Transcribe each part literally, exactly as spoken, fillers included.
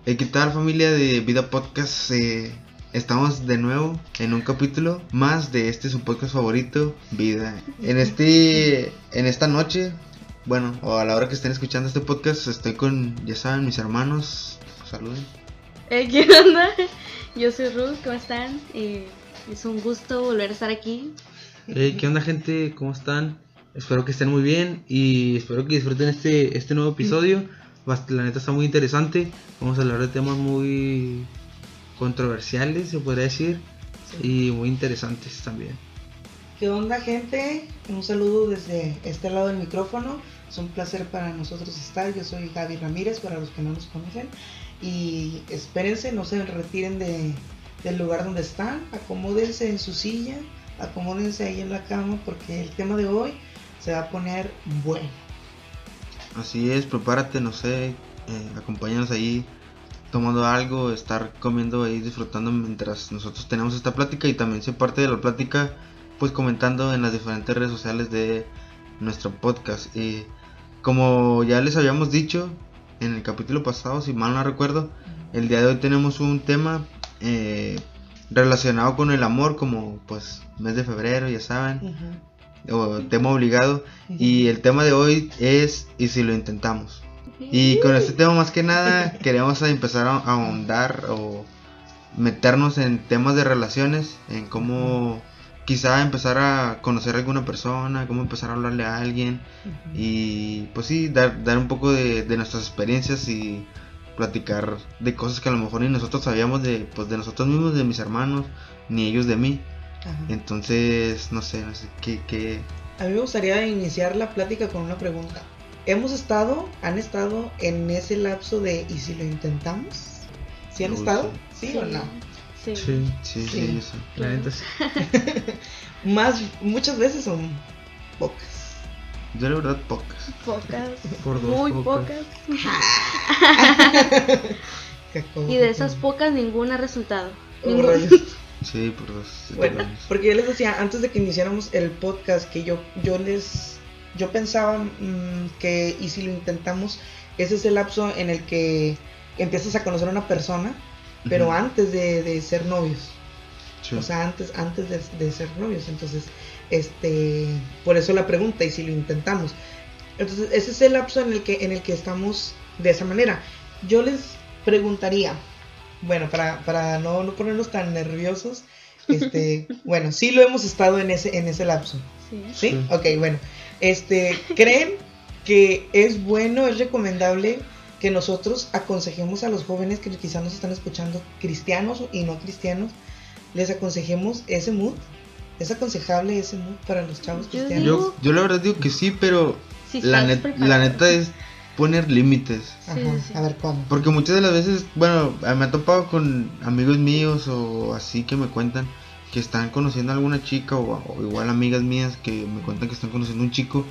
Eh, ¿Qué tal, familia de Vida Podcast? Eh, estamos de nuevo en un capítulo más de este su podcast favorito, Vida. En este, en esta noche, bueno, o a la hora que estén escuchando este podcast, estoy con, ya saben, mis hermanos. Saluden. Eh, ¿Qué onda? Yo soy Ruth, ¿cómo están? Eh, es un gusto volver a estar aquí. Hey, ¿qué onda, gente? ¿Cómo están? Espero que estén muy bien y espero que disfruten este, este nuevo episodio. La neta está muy interesante. Vamos a hablar de temas muy controversiales, se podría decir, sí. Y muy interesantes también. ¿Qué onda, gente? Un saludo desde este lado del micrófono. Es un placer para nosotros estar. Yo soy Gaby Ramírez, para los que no nos conocen. Y espérense, no se retiren de, del lugar donde están. Acomódense en su silla, acomódense ahí en la cama, porque el tema de hoy se va a poner bueno. Así es, prepárate, no sé, eh, acompáñanos ahí tomando algo, estar comiendo ahí, disfrutando mientras nosotros tenemos esta plática, y también se parte de la plática pues comentando en las diferentes redes sociales de nuestro podcast. Y como ya les habíamos dicho en el capítulo pasado, si mal no recuerdo, el día de hoy tenemos un tema eh, relacionado con el amor, como pues mes de febrero, ya saben. Uh-huh. O tema obligado, uh-huh. Y el tema de hoy es ¿y si lo intentamos? Uh-huh. Y con este tema más que nada queremos empezar a ahondar o meternos en temas de relaciones, en cómo uh-huh. quizá empezar a conocer a alguna persona, cómo empezar a hablarle a alguien, uh-huh. Y pues sí, dar, dar un poco de, de nuestras experiencias y platicar de cosas que a lo mejor ni nosotros sabíamos de, pues de nosotros mismos, de mis hermanos, ni ellos de mí. Ajá. Entonces, no sé, no sé qué, qué... A mí me gustaría iniciar la plática con una pregunta. ¿Hemos estado, han estado en ese lapso de ¿y si lo intentamos? ¿Sí han Uy, estado? ¿Sí, ¿Sí o no? Sí, sí, sí, sí, sí, yo sé. La neta sí. Más, muchas veces son pocas. Yo la verdad pocas. Pocas, Por dos, muy pocas. pocas. Y de esas pocas ninguna ha resultado. Ninguna. Sí, por dos. Bueno, porque yo les decía antes de que iniciáramos el podcast que yo yo les yo pensaba mmm, que y si lo intentamos, ese es el lapso en el que empiezas a conocer a una persona, pero uh-huh. antes de, de ser novios. Sí. O sea, antes antes de, de ser novios. Entonces, este, por eso la pregunta, ¿y si lo intentamos? Entonces, ese es el lapso en el que en el que estamos de esa manera. Yo les preguntaría, bueno, para, para no, no ponernos tan nerviosos, este, bueno, sí lo hemos estado en ese, en ese lapso. Sí. ¿Sí? Sí. Ok, bueno. Este, ¿creen que es bueno, es recomendable que nosotros aconsejemos a los jóvenes que quizás nos están escuchando, cristianos y no cristianos, les aconsejemos ese mood? ¿Es aconsejable ese mood para los chavos yo cristianos? Yo, yo la verdad digo que sí, pero sí, la, net, la neta es poner límites. Ajá, sí, sí. A ver cómo. Porque muchas de las veces, bueno, me ha topado con amigos míos o así que me cuentan que están conociendo a alguna chica o, o igual amigas mías que me cuentan que están conociendo a un chico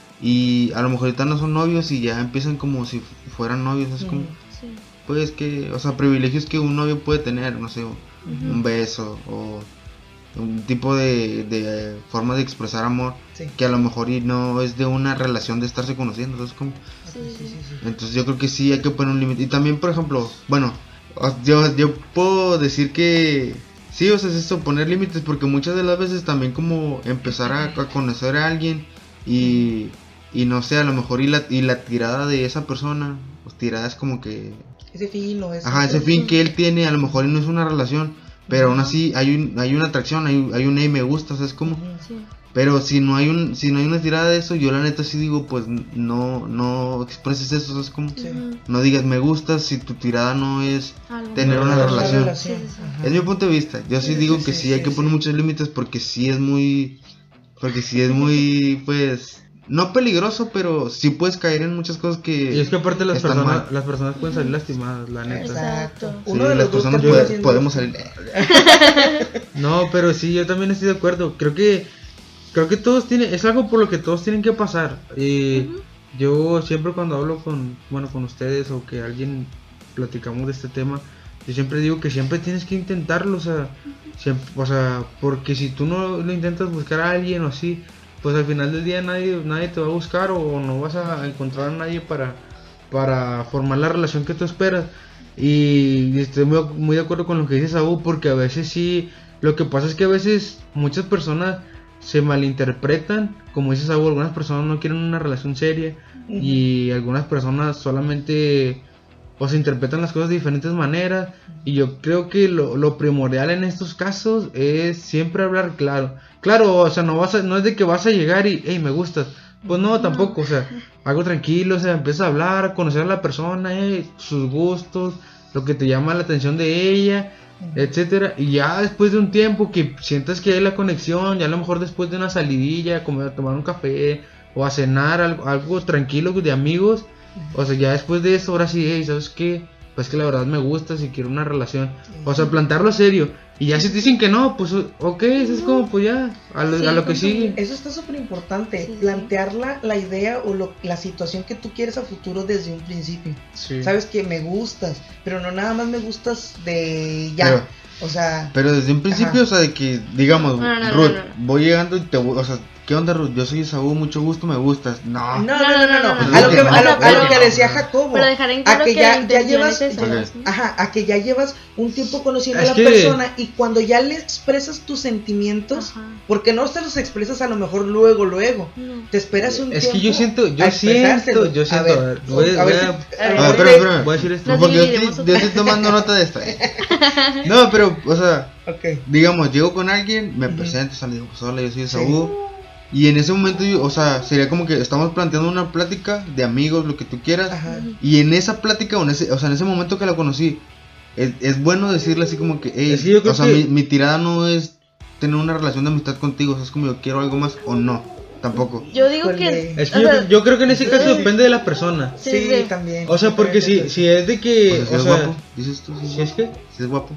y a lo mejor ahorita no son novios y ya empiezan como si fueran novios. Es como, sí. Pues que, o sea, privilegios que un novio puede tener, no sé, uh-huh. un beso o un tipo de, de forma de expresar amor, sí. Que a lo mejor y no es de una relación de estarse conociendo, entonces como sí, sí, sí. Entonces yo creo que sí hay que poner un límite. Y también, por ejemplo, bueno, yo, yo puedo decir que sí, o sea, es eso, poner límites, porque muchas de las veces también como empezar a, a conocer a alguien y, y no sé, a lo mejor y la, y la tirada de esa persona, pues tirada es como que ese fin o ese, ajá, ese fin que él tiene, a lo mejor no es una relación, pero uh-huh. aún así hay un, hay una atracción, hay, hay un hey, me gusta, o sea, es como uh-huh. sí. Pero si no hay un si no hay una tirada de eso, yo la neta sí digo, pues no no expreses eso, es como sí. No digas me gustas si tu tirada no es Algo tener una no, relación. relación. Sí, sí, sí. Es mi punto de vista. Yo sí, sí digo sí, que sí, sí hay sí, que poner sí. muchos límites porque sí es muy porque sí es muy pues no peligroso, pero sí puedes caer en muchas cosas que y es que aparte las personas mal. las personas pueden salir lastimadas, la neta. Exacto. Sí, Uno de las personas puede, podemos salir. No, pero sí, yo también estoy de acuerdo. Creo que Creo que todos tienen, es algo por lo que todos tienen que pasar. Y uh-huh. Yo siempre cuando hablo con, bueno, con ustedes o que alguien platicamos de este tema, yo siempre digo que siempre tienes que intentarlo, o sea, uh-huh. siempre, o sea, porque si tú no lo intentas buscar a alguien o así, pues al final del día nadie, nadie te va a buscar o no vas a encontrar a nadie para, para formar la relación que tú esperas. Y estoy muy, muy de acuerdo con lo que dice Saúl, porque a veces sí, lo que pasa es que a veces muchas personas se malinterpretan, como dice Saúl, algunas personas no quieren una relación seria, uh-huh. y algunas personas solamente o se interpretan las cosas de diferentes maneras, y yo creo que lo, lo primordial en estos casos es siempre hablar claro. Claro, o sea, no vas a, no es de que vas a llegar y, hey, me gustas. Pues no, tampoco, o sea, algo tranquilo, o sea, empieza a hablar, a conocer a la persona, eh, sus gustos, lo que te llama la atención de ella, etcétera. Y ya después de un tiempo que sientas que hay la conexión, ya a lo mejor después de una salidilla, a comer, a tomar un café o a cenar, algo, algo tranquilo de amigos, o sea, ya después de eso, ahora sí, hey, ¿sabes qué? Pues que la verdad me gusta, si quiero una relación, o sea, plantarlo serio. Y ya si te dicen que no, pues ok, eso es como pues ya, a lo, sí, a lo que sigue. Eso está súper importante, sí, plantear la, la idea o lo, la situación que tú quieres a futuro desde un principio. Sí. Sabes que me gustas, pero no nada más me gustas de ya, pero, o sea... Pero desde un principio, ajá. o sea, de que, digamos, no, no, Ruth, no, no. voy llegando y te voy, o sea... ¿Qué onda, Ruth? Yo soy Saúl, mucho gusto, me gustas. No, no, no, no, no, no. no. A, lo que, a, lo, a lo que decía Jacobo. Pero dejar en claro a que, que ya, ya llevas, es okay. ajá, a que ya llevas un tiempo conociendo es a la que... persona y cuando ya le expresas tus sentimientos, ajá. porque no te los expresas a lo mejor luego, luego. No. Te esperas un es tiempo. Es que yo siento, yo siento, yo siento. A ver, voy, a, voy a, a, a ver, espera, voy a decir esto. Porque yo estoy, yo estoy tomando nota de esto. No, pero, o sea, okay. digamos, llego con alguien, me uh-huh. presento, o sea, le digo, pues hola, yo soy Saúl. Sí. Y en ese momento, yo, o sea, sería como que estamos planteando una plática de amigos, lo que tú quieras. Ajá. Y en esa plática, o en ese, o sea, en ese momento que la conocí, es, es bueno decirle así como que, hey, es que o sea, que... mi, mi tirada no es tener una relación de amistad contigo, o sea, es como yo quiero algo más o no, tampoco. Yo digo que... Es que yo, sea, yo creo que en ese caso depende de la persona. Sí, sí, sí. también. O sea, porque si, si es de que... O sea, si o es sea, guapo, dices tú. Si, ¿si es que? Si es guapo.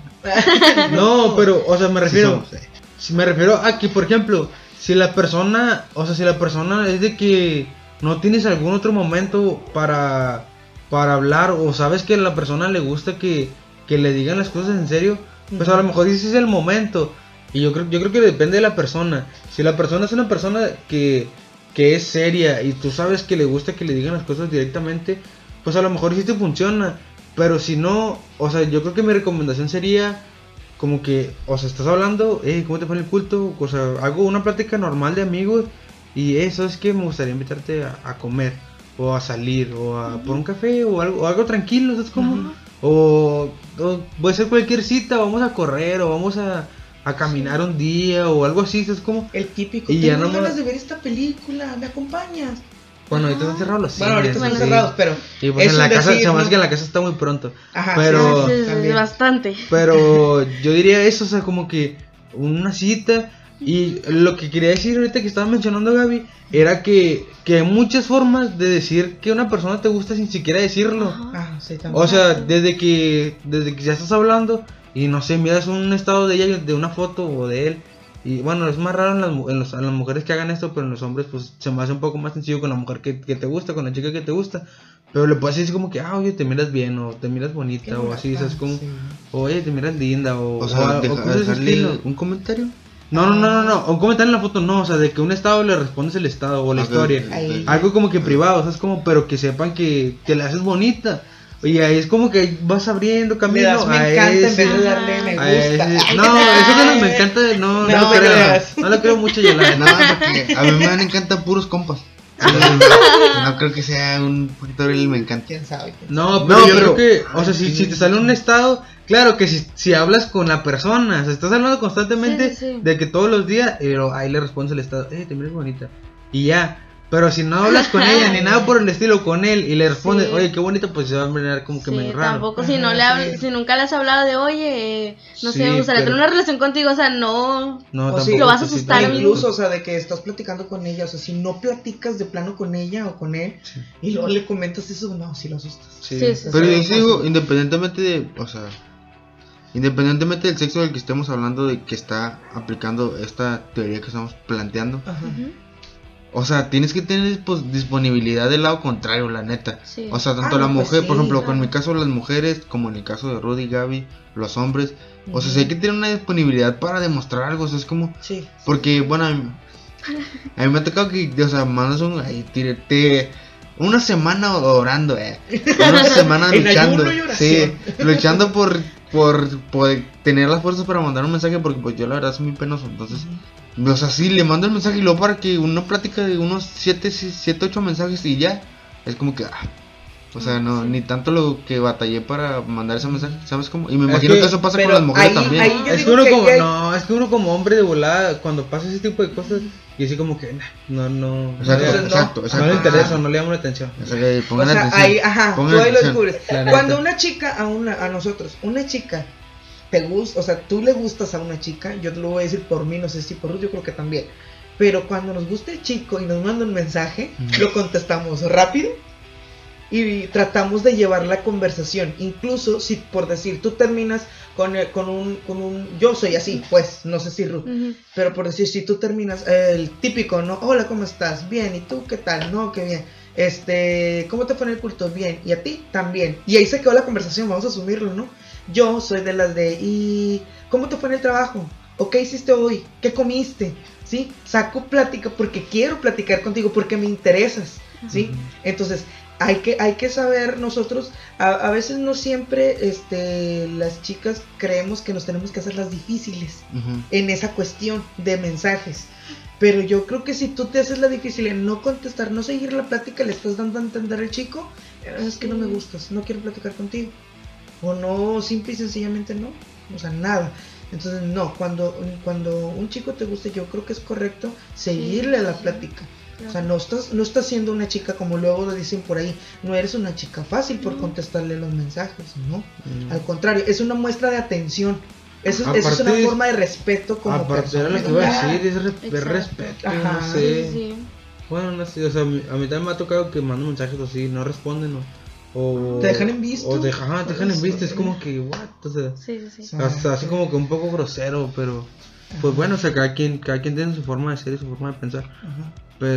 No, pero, o sea, me refiero... Sí somos, eh. Si me refiero a que, por ejemplo... Si la persona, o sea, si la persona es de que no tienes algún otro momento para, para hablar, o sabes que a la persona le gusta que, que le digan las cosas en serio, pues a lo mejor ese es el momento. Y yo creo, yo creo que depende de la persona. Si la persona es una persona que, que es seria y tú sabes que le gusta que le digan las cosas directamente, pues a lo mejor sí te funciona. Pero si no, o sea, yo creo que mi recomendación sería... Como que, o sea, estás hablando, eh, ¿cómo te fue en el culto? O sea, hago una plática normal de amigos y eso es que me gustaría invitarte a, a comer, o a salir, o a uh-huh. por un café, o algo, o algo tranquilo, ¿sabes cómo? Uh-huh. O, o puede ser cualquier cita, vamos a correr, o vamos a, a caminar sí. un día, o algo así, ¿sabes cómo? El típico, y tengo ya no ganas me... de ver esta película, ¿me acompañas? Bueno, ahorita están cerrados los cines. Bueno, ahorita están sí. cerrados, pero... Y pues en la casa, decir, se me hace ¿no? que en la casa está muy pronto. Ajá, pero, sí, sí, sí, bastante. Pero yo diría eso, o sea, como que una cita. Y lo que quería decir ahorita que estaba mencionando Gaby, era que, que hay muchas formas de decir que una persona te gusta sin siquiera decirlo. Ah, sí, también. O sea, desde que, desde que ya estás hablando y no sé, miras un estado de ella, de una foto o de él. Y bueno, es más raro en las, en, los, en las mujeres que hagan esto, pero en los hombres pues se me hace un poco más sencillo con la mujer que, que te gusta, con la chica que te gusta. Pero le puedes decir como que, ah, oye, te miras bien, o te miras bonita, o así, ¿sabes? Como, sí. Oye, te miras linda, o, o, sea, o, deja, o cosas de ese estilo. ¿Un comentario? No, no, no, no, no, un comentario en la foto no, o sea, de que un estado le respondes el estado o la okay, historia. Okay. Algo como que privado, ¿sabes? Como, pero que sepan que, que la haces bonita. Y ahí es como que vas abriendo camino. Das, me a encanta ese, en vez de darle me gusta. Ese, no, eso que no me encanta, no, no, no, no creo. Creas. No lo creo mucho, Yolanda. No, porque a mí me encantan puros compas. No creo que sea un factor el me encanta. ¿Quién sabe? No, pero no, yo pero, creo que, o sea, si, si te sale un estado, claro que si, si hablas con la persona, o sea, estás hablando constantemente sí, sí. de que todos los días, y ahí le respondes el estado, eh, te miras bonita. Y ya. Pero si no hablas con ella ni nada por el estilo con él y le respondes, sí. oye, qué bonito, pues se va a mirar como que sí, medio raro. Tampoco Ajá, si no le hablas, sí. si nunca le has hablado de, oye, no sí, sé, me gustaría pero... tener una relación contigo, o sea, no, no o sí, lo vas a asustar. Sí, incluso, o sea, de que estás platicando con ella, o sea, si no platicas de plano con ella o con él sí. y luego le comentas eso, no, si lo asustas. Sí, sí, sí pero yo digo, independientemente de, o sea, independientemente del sexo del que estemos hablando, de que está aplicando esta teoría que estamos planteando. Ajá. O sea, tienes que tener pues, disponibilidad del lado contrario, la neta. Sí. O sea, tanto ah, la mujer, pues sí, por ejemplo, claro. en mi caso las mujeres, como en el caso de Rudy y Gaby, los hombres. Uh-huh. O sea, sí hay que tener una disponibilidad para demostrar algo, o sea, es como... Sí. Porque, bueno, a mí, a mí me ha tocado que, o sea, mandas un... Ahí, te, te, una semana orando, eh. Una semana luchando. Sí, luchando por, por, por tener las fuerzas para mandar un mensaje, porque pues yo la verdad soy muy penoso. Entonces, uh-huh. o sea, sí, le mando el mensaje y luego para que uno platica de unos siete, ocho mensajes y ya. Es como que, ah, o sea, no, sí. ni tanto lo que batallé para mandar ese mensaje, ¿sabes cómo? Y me imagino que, que eso pasa con las mujeres ahí, también. Ahí es que uno que como, hay... no, es que uno como hombre de volada, cuando pasa ese tipo de cosas, y así como que, no, no, exacto, no, exacto, exacto, no, exacto. le interesa, no le llamo la atención. O sea, que pongan o sea, atención. Ahí, ajá, pongan tú ahí atención. lo descubres. Cuando una chica, a una, a nosotros, una chica te gusta, o sea, tú le gustas a una chica, yo te lo voy a decir por mí, no sé si por Ruth, yo creo que también. Pero cuando nos gusta el chico y nos manda un mensaje, mm. lo contestamos rápido. Y tratamos de llevar la conversación. Incluso si por decir tú terminas con, con, un, con un yo soy así, pues no sé si Ruth, uh-huh. pero por decir si tú terminas eh, el típico, ¿no? Hola, ¿cómo estás? Bien, ¿y tú qué tal? No, qué bien. Este, ¿cómo te fue en el culto? Bien, ¿y a ti? También. Y ahí se quedó la conversación, vamos a asumirlo, ¿no? Yo soy de las de ¿y cómo te fue en el trabajo? ¿O qué hiciste hoy? ¿Qué comiste? ¿Sí? Saco plática porque quiero platicar contigo, porque me interesas, ¿sí? Uh-huh. Entonces Hay que, hay que saber nosotros, a, a veces no siempre este, las chicas creemos que nos tenemos que hacer las difíciles uh-huh. en esa cuestión de mensajes. Pero yo creo que si tú te haces la difícil en no contestar, no seguir la plática, le estás dando a entender al chico, es que no me gustas, no quiero platicar contigo. O no, simple y sencillamente no, o sea, nada. Entonces no, cuando, cuando un chico te guste, yo creo que es correcto seguirle a la plática. O sea, no estás, no estás siendo una chica como luego lo dicen por ahí, no eres una chica fácil por contestarle los mensajes, ¿no? Mm. Al contrario, es una muestra de atención. Eso, aparte, eso es una forma de respeto como aparte persona. Aparte de lo que iba a decir, es re- respeto, Ajá, no sé. Sí, sí. Bueno, no sé, o sea, a mí también me ha tocado que mando mensajes así, no responden, ¿no? O te dejan en visto. O te, ajá, te dejan en visto, es como que, what, o sea, sí, sí, sí. Hasta así como que un poco grosero, pero pues ajá. bueno, o sea, cada quien, cada quien tiene su forma de ser y su forma de pensar. Ajá.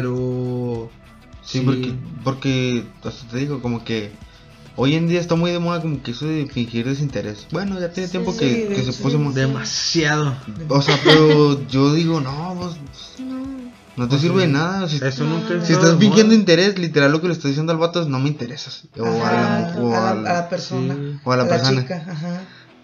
Pero sí, sí, porque, porque, o sea, te digo, como que hoy en día está muy de moda como que eso de fingir desinterés. Bueno, ya tiene sí, tiempo que, que se sí, puso sí. demasiado. O sea, pero yo digo, no, pues no, no te o sirve sea, de nada. Si, eso nunca si estás fingiendo interés, literal lo que le estás diciendo al vato es no me interesas. O ajá, a la, o a, a, la, a la persona. Sí, o a la, a persona. La chica, ajá.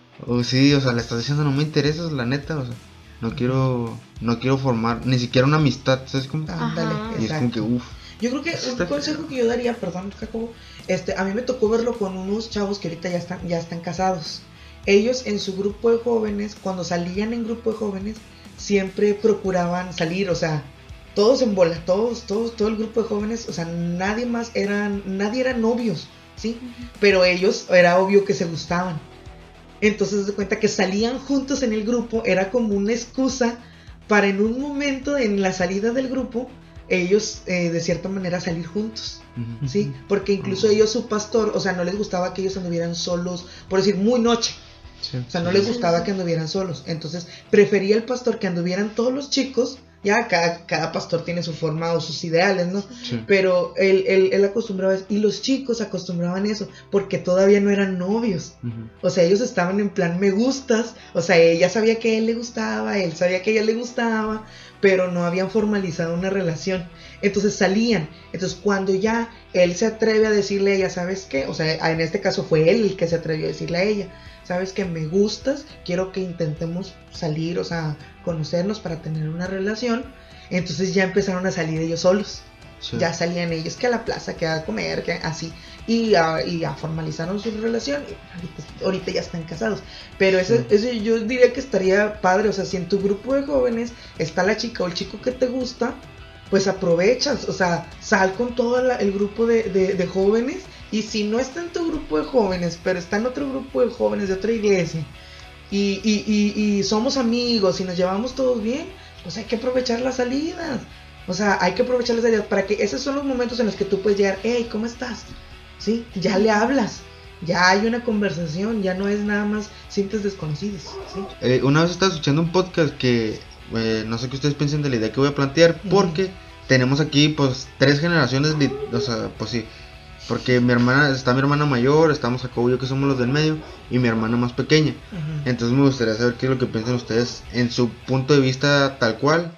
O sí, o sea, le estás diciendo no me interesas, la neta, o sea. No quiero, no quiero formar ni siquiera una amistad, ¿sabes cómo? Ándale, y es como que uff. Yo creo que un consejo que yo daría, perdón, Jacobo, este, a mí me tocó verlo con unos chavos que ahorita ya están, ya están casados. Ellos en su grupo de jóvenes, cuando salían en grupo de jóvenes, siempre procuraban salir, o sea, todos en bola, todos, todos, todo el grupo de jóvenes, o sea, nadie más eran, nadie eran novios, ¿sí? Uh-huh. Pero ellos era obvio que se gustaban. Entonces se cuenta que salían juntos en el grupo, era como una excusa para en un momento en la salida del grupo, ellos eh, de cierta manera salir juntos, uh-huh. ¿sí? Porque incluso ellos, su pastor, o sea, no les gustaba que ellos anduvieran solos, por decir, muy noche. Sí, o sea, no sí, les gustaba sí, que anduvieran solos. Entonces prefería el pastor que anduvieran todos los chicos. Ya cada, cada pastor tiene su forma o sus ideales, ¿no? Sí. Pero él, él, él acostumbraba eso. Y los chicos acostumbraban eso porque todavía no eran novios. Uh-huh. O sea, ellos estaban en plan me gustas. O sea, ella sabía que a él le gustaba, él sabía que a ella le gustaba, pero no habían formalizado una relación. Entonces salían. Entonces cuando ya él se atreve a decirle a ella, ¿sabes qué? O sea, en este caso fue él el que se atrevió a decirle a ella, ¿sabes que me gustas? Quiero que intentemos salir, o sea, conocernos para tener una relación. Entonces ya empezaron a salir ellos solos. Sí. Ya salían ellos que a la plaza, que a comer, que así. Y, uh, y uh, formalizaron su relación. Y ahorita, ahorita ya están casados. Pero eso, sí. eso yo diría que estaría padre. O sea, si en tu grupo de jóvenes está la chica o el chico que te gusta, pues aprovechas. O sea, sal con todo la, el grupo de, de, de jóvenes. Y si no está en tu grupo de jóvenes, pero está en otro grupo de jóvenes de otra iglesia, y, y, y, y somos amigos y nos llevamos todos bien, pues hay que aprovechar las salidas. O sea, hay que aprovechar las salidas para que esos son los momentos en los que tú puedes llegar, hey, ¿cómo estás? ¿Sí? Ya le hablas, ya hay una conversación, ya no es nada más simples desconocidos, ¿sí? Eh, una vez estaba escuchando un podcast que, eh, no sé qué ustedes piensan de la idea que voy a plantear, porque mm. tenemos aquí, pues, tres generaciones, de, o sea, pues sí. Porque mi hermana, está mi hermana mayor, estamos Jacobo y yo que somos los del medio, y mi hermana más pequeña. Uh-huh. Entonces me gustaría saber qué es lo que piensan ustedes en su punto de vista tal cual,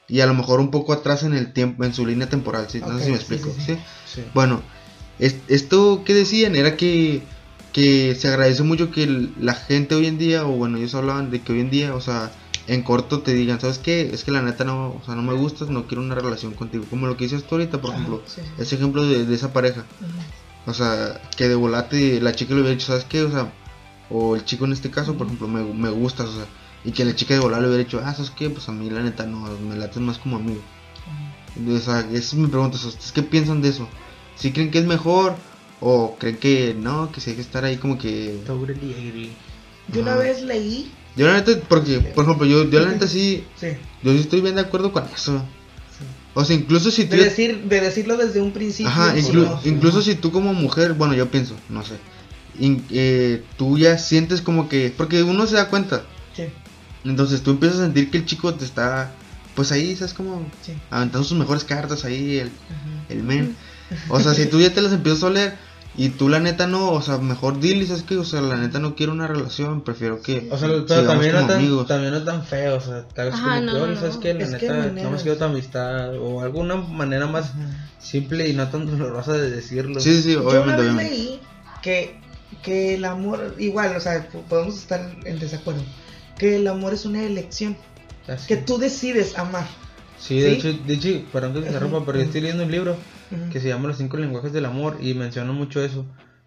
y a lo mejor un poco atrás en el tiempo, en su línea temporal, ¿sí? Okay, No sé si me sí, explico, sí, ¿sí? sí. Sí. Bueno, es, esto que decían era que, que se agradece mucho que el- la gente hoy en día, o bueno, ellos hablaban de que hoy en día, o sea, en corto te digan, ¿sabes qué? Es que la neta no, o sea, no me gustas, no quiero una relación contigo, como lo que dices tú ahorita, por Ajá, ejemplo, sí, sí. ese ejemplo de, de esa pareja. Ujú. O sea, que de volate la chica le hubiera dicho, ¿sabes qué? O sea, o el chico en este caso, por Ujú. ejemplo, me, me gustas, o sea, y que la chica de volate le hubiera dicho, ah, ¿sabes qué? Pues a mí la neta no, me lates más como amigo. O sea, esa es mi pregunta, o sea, ¿ustedes qué piensan de eso? ¿Sí creen que es mejor? ¿O creen que no, que sí hay que estar ahí como que... Totally agree. Yo una Ajá. vez leí. Yo la neta, porque, por ejemplo, yo, yo la neta sí, Sí, yo sí estoy bien de acuerdo con eso. sí. O sea, incluso si tú... De, decir, de decirlo desde un principio. Ajá, sí, inclu- no. incluso si tú como mujer, bueno, yo pienso, no sé, in- eh, tú ya sientes como que, porque uno se da cuenta, Sí, entonces tú empiezas a sentir que el chico te está, pues ahí, ¿sabes? Como sí. aventando sus mejores cartas ahí, el, Ajá. el men. O sea, si tú ya te las empiezas a oler y tú la neta no, o sea, mejor dile, ¿sabes qué? O sea, la neta no quiero una relación, prefiero que... O sea, pero sigamos también no, como tan, amigos. también no tan feo, o sea, tal vez Ajá, como no, que, no, oye, ¿sabes no. qué? La Es que neta, maneras- no más quiero tu amistad, o alguna manera más Ajá. simple y no tan dolorosa de decirlo. Sí, sí, sí, Yo una obviamente, vez obviamente. leí que, que el amor, igual, o sea, p- podemos estar en desacuerdo, que el amor es una elección, Así. que tú decides amar. Sí, de ¿Sí? hecho, de hecho, perdón que te interrumpa, Ajá. pero yo estoy leyendo un libro Ujú. que se llama Los cinco lenguajes del amor y menciona mucho eso,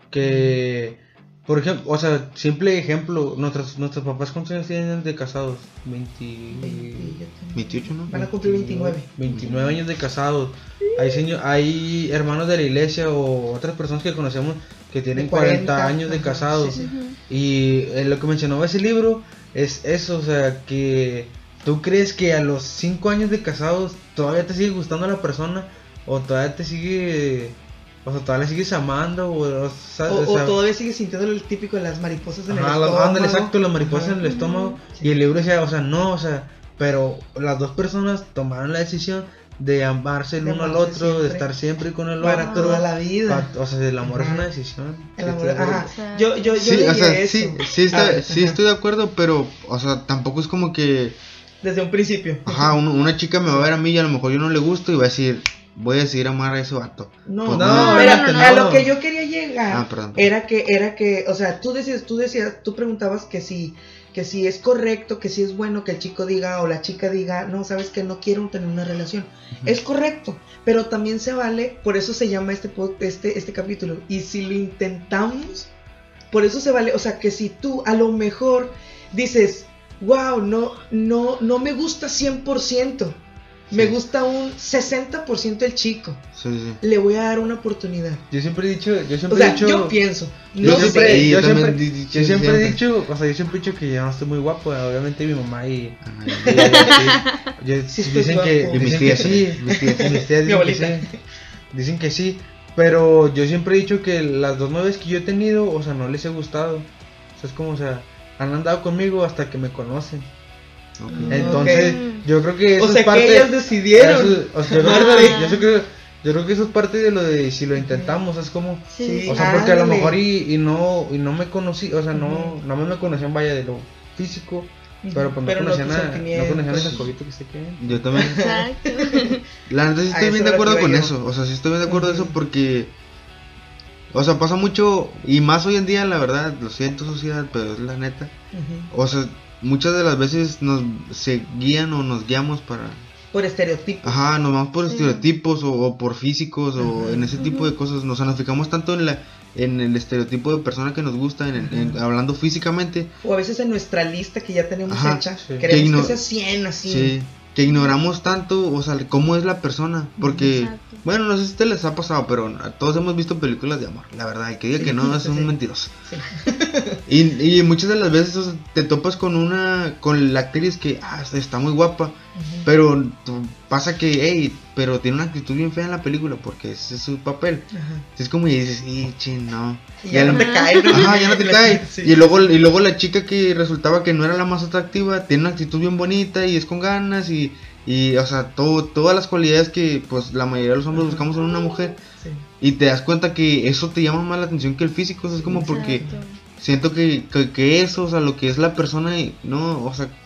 que, por ejemplo, o sea, simple ejemplo, nuestros nuestros papás cuántos años tienen de casados, veinte, veinte, yo tengo- veintiocho, ¿no? Van a cumplir veintinueve. veintinueve años de casados. Hay señor, hay hermanos de la iglesia o otras personas que conocemos que tienen De cuarenta, cuarenta años de ajá, casados. sí, sí. Ujú. Y eh, lo que mencionaba ese libro es eso, o sea, que tú crees que a los cinco años de casados todavía te sigue gustando la persona o todavía te sigue, o sea, todavía la sigues amando o, o, sea, O, o o sea, todavía sigue sintiendo el típico de las mariposas en ajá, el las- estómago. ándale, exacto, las mariposas Ajá. en el estómago. Sí. Y el libro decía, o sea, no, o sea, pero las dos personas tomaron la decisión de amarse el De uno al amarse otro, de siempre. estar siempre con el Para otro. toda la vida. Pa- o sea, el amor Ajá. es una decisión. El Sí, amor, estoy de acuerdo. ajá. Yo, yo, yo Sí, leí o sea, eso. sí, sí, A está, ver, sí ajá. estoy de acuerdo, pero, o sea, tampoco es como que... Desde un principio. Ajá, un- una chica me va a ver a mí y a lo mejor yo no le gusto y va a decir, voy a decidir amar a ese vato. No, Pues no, no, pero obviamente a no. lo que yo quería llegar Ah, perdón. era que, era que, o sea, tú decías, tú decías, tú preguntabas que si, que si es correcto, que si es bueno que el chico diga o la chica diga, no, sabes que no quiero tener una relación. Es correcto, pero también se vale, por eso se llama este, pod- este, este capítulo. Y si lo intentamos, por eso se vale, o sea, que si tú a lo mejor dices, wow, no, no, no me gusta cien por ciento, me Sí. gusta un sesenta por ciento el chico. Sí, sí. Le voy a dar una oportunidad. Yo siempre he dicho, yo siempre O sea, he dicho, yo pienso. yo No siempre, sé. Sí, yo yo también siempre, di- di- yo sí, siempre he siempre. dicho, o sea, yo siempre he dicho que yo no estoy muy guapo, obviamente mi mamá y, Ajá, y ella, sí, yo- Sí estoy dicen guapo. que, Y mis dicen tías, que sí, mis tías, y mis tías Mi dicen que abuelita. sí, dicen que sí, pero yo siempre he dicho que las dos novias que yo he tenido, o sea, no les he gustado, o sea, es como, o sea, han andado conmigo hasta que me conocen. ok. Entonces, Ok. yo creo que eso O sea, es parte que ellas decidieron. eso- o sea, yo, creo Ah. que, yo, sé que- yo creo que eso es parte de lo de si lo intentamos, es como, Sí. o sea, porque a lo ándale. mejor y, y no y no me conocí, o sea, no, Ujú. no me conocían vaya de lo físico, pero pues no Pero no conocían tus a, no sentimientos. conocían esas cositas que se quedan. Yo también. Exacto. La neta sí A estoy eso bien de era lo que acuerdo iba con yo. eso. O sea, sí estoy bien de acuerdo de Ujú. eso porque. O sea, pasa mucho. Y más hoy en día, la verdad. Lo siento, sociedad, pero es la neta. Ujú. O sea, muchas de las veces nos se guían o nos guiamos para. Por estereotipos. Ajá, nos vamos por Sí. estereotipos o, o por físicos o Ajá. en ese tipo de cosas. Nos, o sea, nos fijamos tanto en la en el estereotipo de persona que nos gusta, en, el- en- Ajá. hablando físicamente. O a veces en nuestra lista que ya tenemos Ajá, hecha, sí. queremos Que igno- que sea cien así. Sí, que ignoramos tanto, o sea, cómo es la persona, porque, Exacto. bueno, no sé si te les ha pasado, pero a todos hemos visto películas de amor, la verdad, el que diga Sí, que no es sí, un sí. mentiroso. Sí. Y, y muchas de las veces, o sea, te topas con una, con la actriz que, ah, está muy guapa, Ujú. pero tú- pasa que, hey, pero tiene una actitud bien fea en la película, porque ese es su papel. Ajá. Es como y dices, sí, chin, no. Y ya no al- te cae, ¿no? Ajá, ya no te cae. Sí. Y luego y luego la chica que resultaba que no era la más atractiva, tiene una actitud bien bonita y es con ganas y, y o sea, todo, todas las cualidades que pues la mayoría de los hombres Ajá. buscamos en una mujer Sí. y te das cuenta que eso te llama más la atención que el físico, o sea, es como porque Exacto. siento que, que, que eso, o sea, lo que es la persona y no, o sea,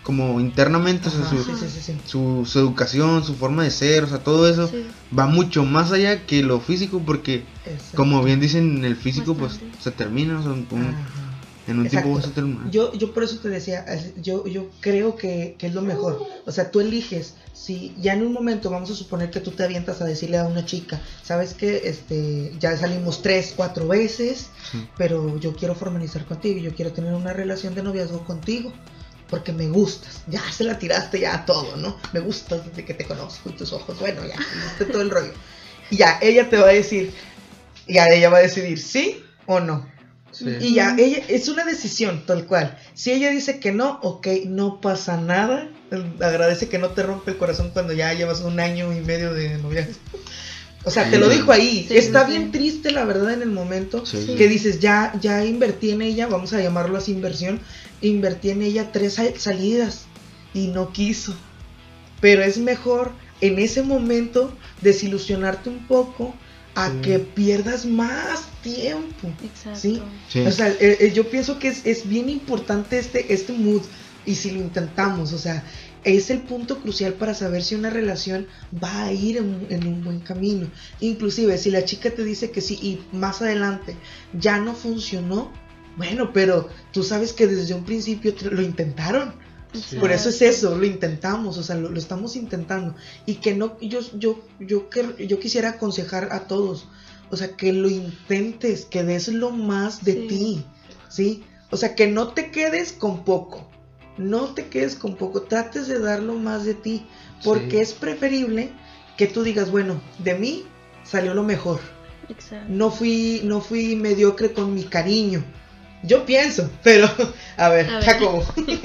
como internamente, o sea, Ajá, su, sí, sí, sí, sí. su, su educación, su forma de ser, o sea, todo eso Sí. va mucho más allá que lo físico, porque Exacto. como bien dicen, el físico Bastante. pues se termina, o sea, un- Ajá. en un Exacto. tiempo vas a terminar. Yo, yo por eso te decía, es- yo, yo creo que, que es lo mejor. O sea, tú eliges, si ya en un momento vamos a suponer que tú te avientas a decirle a una chica, sabes que este, ya salimos tres, cuatro veces, Sí. pero yo quiero formalizar contigo, yo quiero tener una relación de noviazgo contigo, porque me gustas, ya se la tiraste ya a todo, ¿no? Me gustas desde que te conozco y tus ojos, bueno, ya, hiciste todo el rollo. Y ya, ella te va a decir, ya ella va a decidir sí o no. Sí. Y ya, ella, es una decisión tal cual. Si ella dice que no, ok, no pasa nada. Agradece que no te rompe el corazón cuando ya llevas un año y medio de noviazgo. O sea, te lo dijo ahí. Sí, Está sí, bien sí. triste, la verdad, en el momento. Sí, sí. Que dices, ya, ya invertí en ella, vamos a llamarlo así inversión. Invertí en ella tres sal- salidas y no quiso. Pero es mejor en ese momento desilusionarte un poco a Sí. que pierdas más tiempo. Exacto. ¿Sí? Sí. O sea, eh, eh, yo pienso que es, es bien importante este, este mood. Y si lo intentamos, o sea, es el punto crucial para saber si una relación va a ir en, en un buen camino. Inclusive, si la chica te dice que sí y más adelante ya no funcionó, bueno, pero tú sabes que desde un principio te- lo intentaron. Exacto. Por eso es eso, lo intentamos, o sea, lo, lo estamos intentando. Y que no, yo, yo, yo, que- yo quisiera aconsejar a todos, o sea, que lo intentes, que des lo más de Sí. ti, ¿sí? O sea, que no te quedes con poco, no te quedes con poco, trates de dar lo más de ti, porque Sí. es preferible que tú digas, bueno, de mí salió lo mejor, Exacto. no fui, no fui mediocre con mi cariño. Yo pienso, pero, a ver, A ver. Jacobo.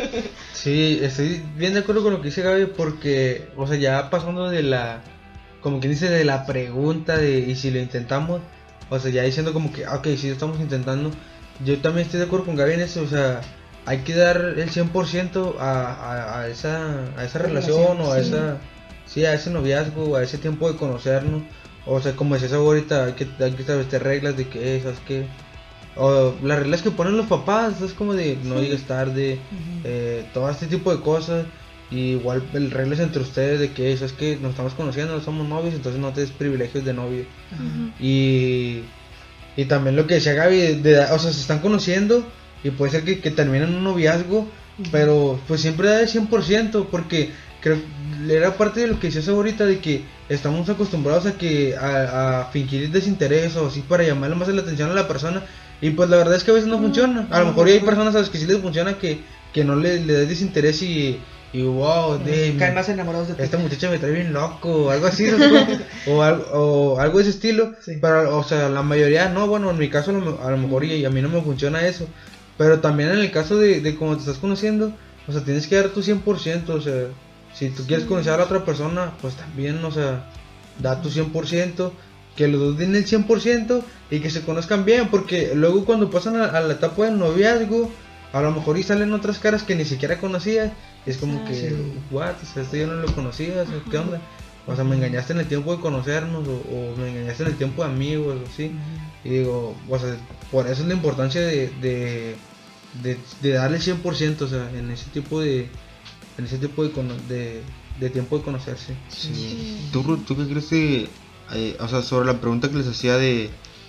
Sí, estoy bien de acuerdo con lo que dice Gaby porque, o sea, ya pasando de la, como que dice, de la pregunta de y si lo intentamos, o sea, ya diciendo como que, ok, si lo estamos intentando, yo también estoy de acuerdo con Gaby en eso, o sea, hay que dar el cien por ciento a, a, a esa, a esa relación o a Sí. esa, sí, a ese noviazgo, a ese tiempo de conocernos, o sea, como decías ahorita, hay que, hay que establecer reglas de que, ¿sabes qué? O las reglas que ponen los papás, es como de no llegues tarde, eh, todo este tipo de cosas. Y igual el reglas entre ustedes de que eso es que nos estamos conociendo, no somos novios, entonces no te des privilegios de novio. Ujú. Y, y también lo que decía Gaby, de, de- o sea, se están conociendo y puede ser que, que terminen un noviazgo, pero pues siempre da el cien por ciento porque creo era parte de lo que decías ahorita de que estamos acostumbrados a que a, a fingir desinterés o así para llamarle más la atención a la persona. Y pues la verdad es que a veces no funciona. A lo mejor hay personas a las que sí les funciona que, que no le, le des desinterés y, y wow, de, Caen más enamorados de ti. esta muchacha me trae bien loco o algo así, ¿no? o, algo, o algo de ese estilo. Sí. Pero, o sea, la mayoría no, bueno, en mi caso a lo, a lo mejor y, y a mí no me funciona eso. Pero también en el caso de, de cómo te estás conociendo, o sea, tienes que dar tu cien por ciento, o sea, si tú quieres conocer a la otra persona, pues también, o sea, da tu cien por ciento. Que los dos den el cien por ciento y que se conozcan bien, porque luego cuando pasan a, a la etapa del noviazgo, a lo mejor y salen otras caras que ni siquiera conocías, y es como que, Sí. what, o sea, esto yo no lo conocía, o sea, ¿qué onda? O sea, me engañaste en el tiempo de conocernos, o, o me engañaste en el tiempo de amigos, o así, y digo, o sea, por eso es la importancia de, de, de, de darle el cien por ciento, o sea, en ese tipo de, en ese tipo de, cono- de, de tiempo de conocerse. Sí. ¿Tú, Ruth, ¿tú qué crees que, eh, o sea, sobre la pregunta que les hacía de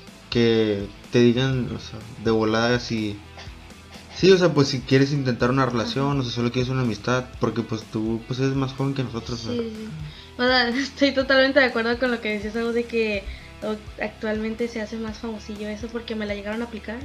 que te digan, o sea, de volada si, sí, o sea, pues si quieres intentar una relación, o sea, solo quieres una amistad, porque pues tú, pues eres más joven que nosotros, o sea, Sí, sí. O sea, estoy totalmente de acuerdo con lo que decías, algo de que o- actualmente se hace más famosillo eso porque me la llegaron a aplicar.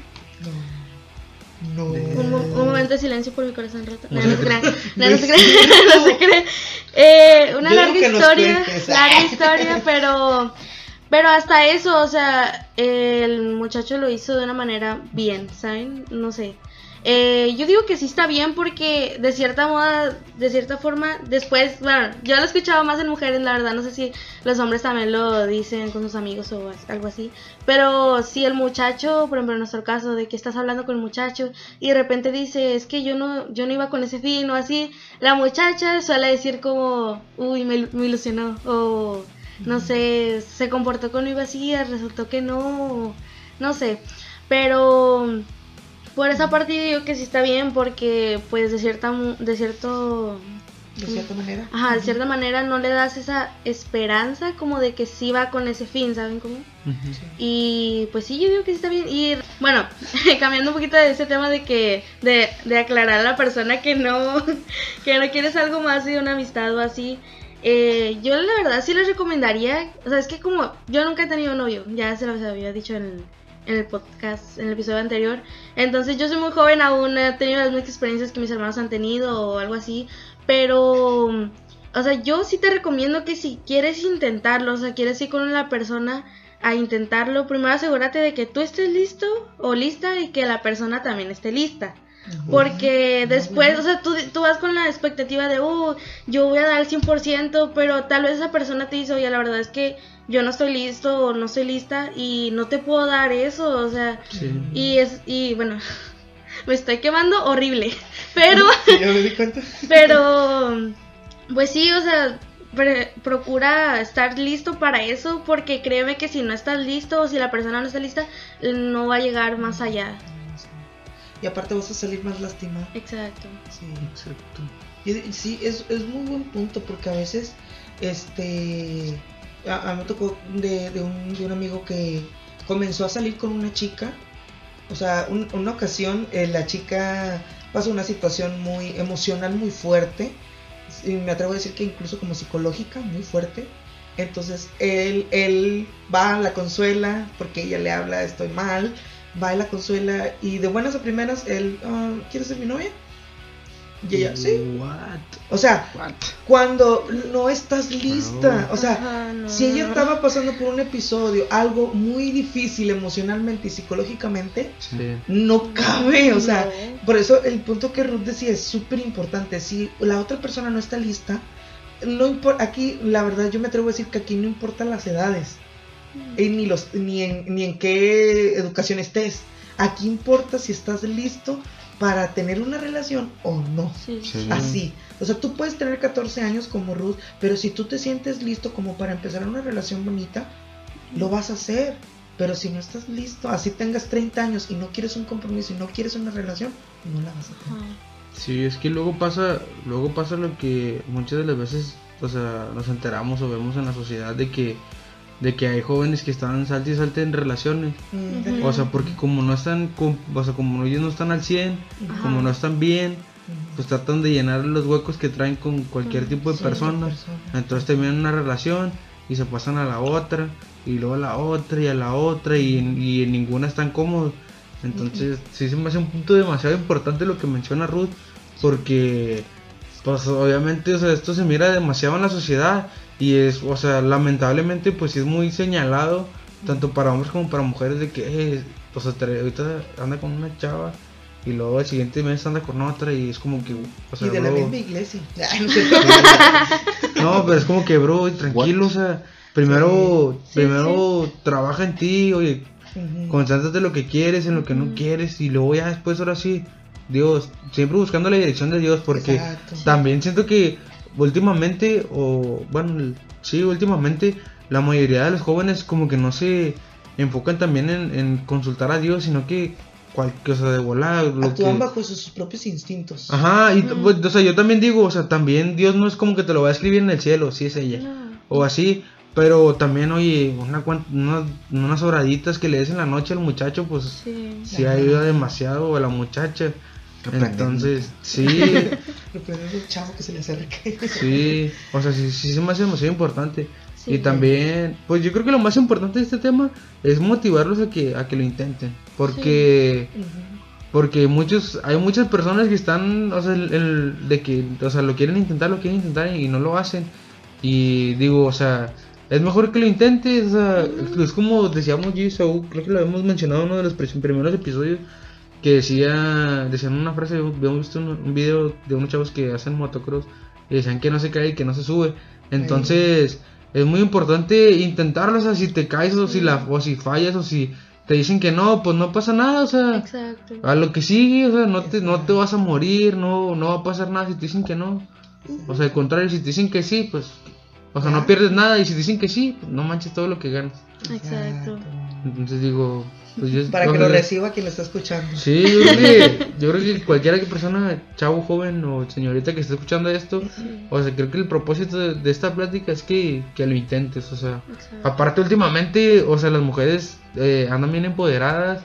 No. No. Un, mo- un momento de silencio por mi corazón roto. No, No no se se crean. cree. No, no se crean. No se crean. Eh, una Yo digo larga que nos historia. cuentes. Larga historia, pero. Pero hasta eso, o sea, el muchacho lo hizo de una manera bien, ¿saben? No sé. Eh, yo digo que sí está bien porque de cierta moda, de cierta forma, después, bueno, yo lo he escuchado más en mujeres, la verdad, no sé si los hombres también lo dicen con sus amigos o as- algo así, pero si el muchacho, por ejemplo en nuestro caso, de que estás hablando con el muchacho y de repente dice, es que yo no, yo no iba con ese fin o así, la muchacha suele decir como, uy, me, me ilusionó, o no sé, se comportó conmigo así, resultó que no, no sé, pero... por esa parte yo digo que sí está bien porque pues de cierta de cierto de cierta manera. Ajá, de cierta manera no le das esa esperanza como de que sí va con ese fin, ¿saben cómo? Ujú. Y pues sí, yo digo que sí está bien. Y bueno, cambiando un poquito de ese tema de que de, de aclarar a la persona que no que no quieres algo más de una amistad o así. Eh, yo la verdad sí les recomendaría, o sea, es que como yo nunca he tenido novio, ya se los había dicho en, en el podcast, en el episodio anterior, entonces yo soy muy joven aún, he tenido las mismas experiencias que mis hermanos han tenido o algo así, pero, o sea, yo sí te recomiendo que si quieres intentarlo, o sea, quieres ir con la persona a intentarlo, primero asegúrate de que tú estés listo o lista y que la persona también esté lista. Porque después, o sea, tú, tú vas con la expectativa de, uh, yo voy a dar el cien por ciento, pero tal vez esa persona te dice, oye, la verdad es que yo no estoy listo o no estoy lista y no te puedo dar eso, o sea, Sí. y es, y bueno, me estoy quemando horrible, pero, Sí, ya me di cuenta. pero, pues sí, o sea, pre- procura estar listo para eso, porque créeme que si no estás listo o si la persona no está lista, no va a llegar más allá. Y aparte vas a salir más lastimado. Exacto. Sí. Exacto. Y, sí, es, es muy buen punto porque a veces, este, a, a mí me tocó de, de, un, de un amigo que comenzó a salir con una chica, o sea, un, una ocasión eh, la chica pasó una situación muy emocional muy fuerte, y me atrevo a decir que incluso como psicológica muy fuerte. Entonces él, él va, la consuela porque ella le habla, estoy mal, va y la consuela y de buenas a primeras él, uh, ¿quieres ser mi novia? Y ella, sí. What? O sea, What? cuando no estás lista, o sea, Ajá, no. si ella estaba pasando por un episodio, algo muy difícil emocionalmente y psicológicamente, Sí. no cabe, o sea, No. por eso el punto que Ruth decía es súper importante. Si la otra persona no está lista, no importa, aquí la verdad yo me atrevo a decir que aquí no importan las edades, eh, ni los ni en, ni en qué educación estés. Aquí importa si estás listo para tener una relación o no. Sí. Sí. Así, o sea, tú puedes tener catorce años como Ruth, pero si tú te sientes listo como para empezar una relación bonita, lo vas a hacer. Pero si no estás listo, así tengas treinta años y no quieres un compromiso y no quieres una relación, no la vas a tener. Ajá. Sí, es que luego pasa, luego pasa lo que muchas de las veces, o sea, nos enteramos o vemos en la sociedad de que, de que hay jóvenes que están salte y salte en relaciones. Mm, Ujú. O sea, porque como no están, com- o sea, como ellos no están al cien, Ajá. como no están bien, pues tratan de llenar los huecos que traen con cualquier Con tipo de sí, personas. persona. Entonces terminan una relación y se pasan a la otra, y luego a la otra y a la otra, y, y en ninguna están cómodos. Entonces sí se me hace un punto demasiado importante lo que menciona Ruth, porque pues obviamente, o sea, esto se mira demasiado en la sociedad y es, o sea, lamentablemente pues sí es muy señalado tanto para hombres como para mujeres de que eh, o sea, te- ahorita anda con una chava y luego al siguiente mes anda con otra y es como que, o sea, Y de la bro, misma iglesia. Ay, no sé. no, pero es como que, bro, tranquilo, o sea, primero, Sí. primero trabaja en ti, oye, Ujú. concéntrate en lo que quieres, en lo que no Ujú. quieres, y luego ya después, ahora sí, Dios, siempre buscando la dirección de Dios, porque Exacto. también siento que últimamente, o bueno, el- sí, últimamente, la mayoría de los jóvenes como que no se enfocan también en, en consultar a Dios, sino que cualquier cosa de volar, lo Actúan que... bajo sus propios instintos. Ajá, y Ujú. pues, o sea, yo también digo, o sea, también Dios no es como que te lo va a escribir en el cielo, sí es ella, No. o así, pero también, oye, una, cuan- una- unas horaditas que le des en la noche al muchacho, pues Sí. sí ayuda demasiado a la muchacha. Entonces, sí, Lo peor es un chavo que se le acerque. sí, o sea, sí, sí se me hace demasiado importante. Sí. Y también, pues yo creo que lo más importante de este tema es motivarlos a que, a que lo intenten, porque... Ujú. Porque muchos, hay muchas personas que están, o sea, el, el- de que, o sea, lo quieren intentar, lo quieren intentar y no lo hacen. Y digo, o sea, es mejor que lo intentes, o sea, es como decíamos yo y Saúl, creo que lo habíamos mencionado en uno de los pres- primeros episodios, que decía, decían una frase, habíamos visto un, un video de unos chavos que hacen motocross y decían que no se cae y que no se sube. Entonces, es muy importante intentarlo, o sea, si te caes o si la, o si fallas o si te dicen que no, pues no pasa nada, o sea, Exacto. a lo que sigue, o sea, no te, no te vas a morir, no, no va a pasar nada si te dicen que no. O sea, al contrario, si te dicen que sí, pues, o sea, no pierdes nada, y si te dicen que sí, pues no manches todo lo que ganas. Exacto. Entonces digo, pues yo, para no, que lo yo, reciba quien lo está escuchando. Sí, yo creo que, yo creo que cualquiera que persona, chavo, joven o señorita que esté escuchando esto, o sea, creo que el propósito de, de esta plática es que, que lo intentes, o sea, exacto. Aparte últimamente, o sea, las mujeres eh, andan bien empoderadas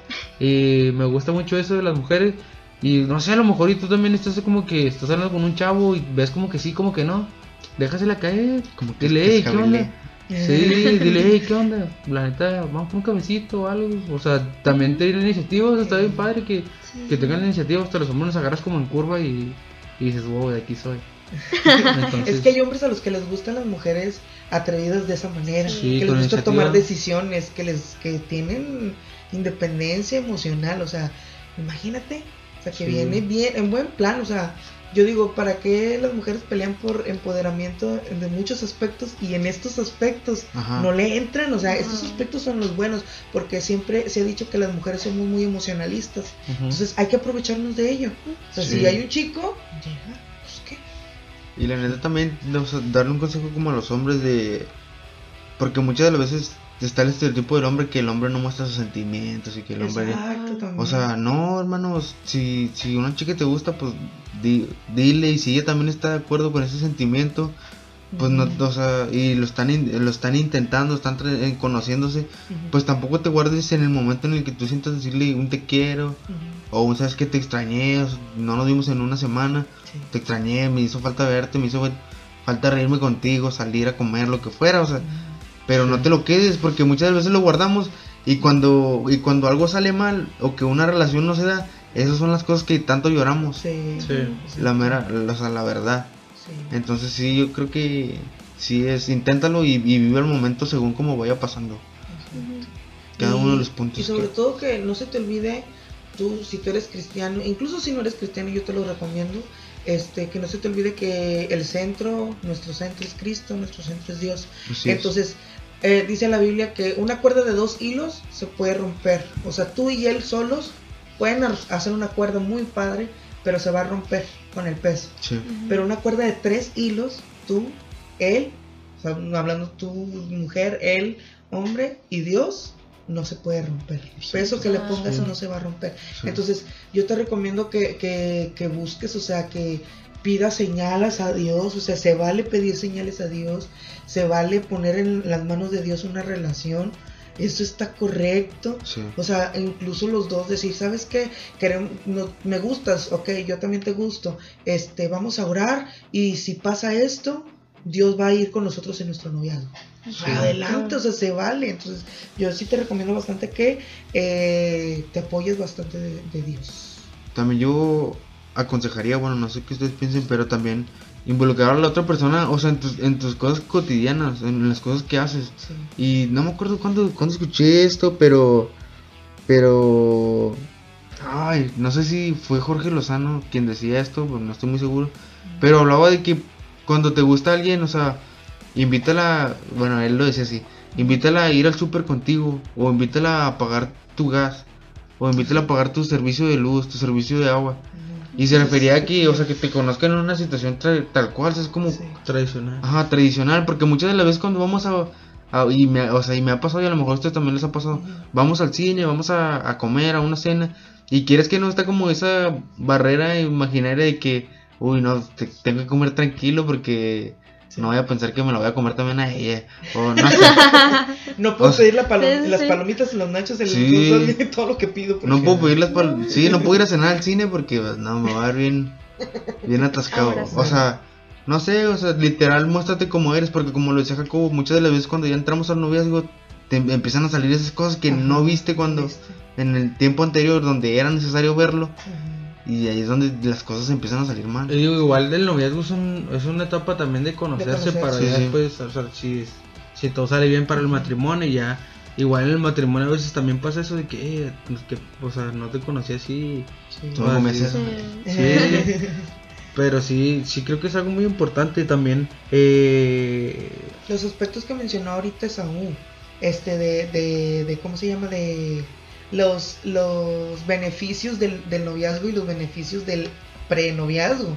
y me gusta mucho eso de las mujeres y no sé, a lo mejor y tú también estás como que estás hablando con un chavo y ves como que sí, como que no, déjasela caer, como que dile, hey, ¿qué onda? Sí, dile, hey, ¿qué onda? La neta, vamos por un cafecito o algo. O sea, también tener iniciativa, o sea, está bien padre que, sí. que tengan la iniciativa. Hasta los hombres nos agarras como en curva y, y dices, wow, de aquí soy. Entonces, es que hay hombres a los que les gustan las mujeres atrevidas de esa manera, sí, que les gusta tomar decisiones, que les que tienen independencia emocional. O sea, imagínate, o sea, que sí. viene bien, en buen plan, o sea. Yo digo, ¿para qué las mujeres pelean por empoderamiento de muchos aspectos y en estos aspectos Ajá. no le entran? O sea, Ajá. estos aspectos son los buenos, porque siempre se ha dicho que las mujeres somos muy emocionalistas. Ajá. Entonces hay que aprovecharnos de ello. O sea, sí. si hay un chico, llega, pues qué. Y la neta también, o sea, darle un consejo como a los hombres de... Porque muchas de las veces está el estereotipo del hombre que el hombre no muestra sus sentimientos y que el hombre... Exacto, también. O sea, no, hermanos, si, si una chica te gusta, pues di, dile, y si ella también está de acuerdo con ese sentimiento, pues uh-huh. no, o sea, y lo están lo están intentando, están tra- conociéndose, uh-huh. pues tampoco te guardes en el momento en el que tú sientas decirle un te quiero, uh-huh. o un sabes que te extrañé, o sea, no nos vimos en una semana, sí. te extrañé, me hizo falta verte, me hizo falta reírme contigo, salir a comer, lo que fuera, o sea... Uh-huh. Pero sí. no te lo quedes, porque muchas veces lo guardamos y cuando y cuando algo sale mal o que una relación no se da, esas son las cosas que tanto lloramos. Sí. sí. La mera, la, o sea, la verdad. Sí. Entonces sí, yo creo que sí es, inténtalo y, y vive el momento según como vaya pasando. Uh-huh. Cada y, uno de los puntos. Y sobre que... todo que no se te olvide, tú si tú eres cristiano, incluso si no eres cristiano, yo te lo recomiendo. Este, que no se te olvide que el centro, nuestro centro es Cristo, nuestro centro es Dios. Así Entonces, eh, dice la Biblia que una cuerda de dos hilos se puede romper. O sea, tú y él solos pueden hacer una cuerda muy padre, pero se va a romper con el peso. Sí. Pero una cuerda de tres hilos, tú, él, o sea, hablando tú, mujer, él, hombre y Dios, no se puede romper. El peso que le pongas no se va a romper. Sí. Entonces, yo te recomiendo que, que, que busques, o sea, que pidas señales a Dios, o sea, se vale pedir señales a Dios, se vale poner en las manos de Dios una relación. Eso está correcto. Sí. O sea, incluso los dos decir, ¿sabes qué? Queremos, no, me gustas, ok, yo también te gusto. Este, vamos a orar y si pasa esto, Dios va a ir con nosotros en nuestro noviazgo. Sí. Adelante, o sea, se vale. Entonces, yo sí te recomiendo bastante que eh, te apoyes bastante de, de Dios. También yo aconsejaría, bueno, no sé qué ustedes piensen, pero también involucrar a la otra persona, o sea, en tus, en tus cosas cotidianas, en las cosas que haces. Sí. Y no me acuerdo cuándo, cuándo escuché esto, pero, pero, ay, no sé si fue Jorge Lozano quien decía esto, no estoy muy seguro, mm. pero hablaba de que cuando te gusta alguien, o sea, invítala, bueno, él lo decía así, invítala a ir al súper contigo, o invítala a pagar tu gas, o invítala a pagar tu servicio de luz, tu servicio de agua. Y se refería a que, o sea, que te conozcan en una situación tra- tal cual, es como sí. tradicional. Ajá, tradicional, porque muchas de las veces cuando vamos a, a y me, o sea, y me ha pasado y a lo mejor a ustedes también les ha pasado, uh-huh. vamos al cine, vamos a, a comer, a una cena, y quieres que no está como esa barrera imaginaria de que, uy, no, te, tengo que comer tranquilo porque sí. no voy a pensar que me la voy a comer también a ella, o no sé. No puedo o pedir la palo- sí, las palomitas y los nachos, el sí. dulce, todo lo que pido. No puedo pedir las palomitas, sí, no puedo ir a cenar al cine porque, no, me va a ver bien, bien atascado. Ahora, o sea, no sé, o sea, literal, muéstrate como eres, porque como lo decía Jacobo, muchas de las veces cuando ya entramos al noviazgo, te empiezan a salir esas cosas que Ajá, no viste cuando, ¿viste? En el tiempo anterior, donde era necesario verlo. Ajá. Y ahí es donde las cosas empiezan a salir mal. Y digo, igual del noviazgo es, un, es una etapa también de conocerse, de conocer, para sí, ya después, sí. o sea, si, si todo sale bien para el matrimonio, ya, igual en el matrimonio a veces también pasa eso de que, eh, que o sea, no te conocí así. Sí. Todo me haces. Sí. sí. Pero sí, sí creo que es algo muy importante también. Eh... Los aspectos que mencionó ahorita Saúl, este, de, de, de, ¿cómo se llama? De... Los, los beneficios del, del noviazgo y los beneficios del prenoviazgo.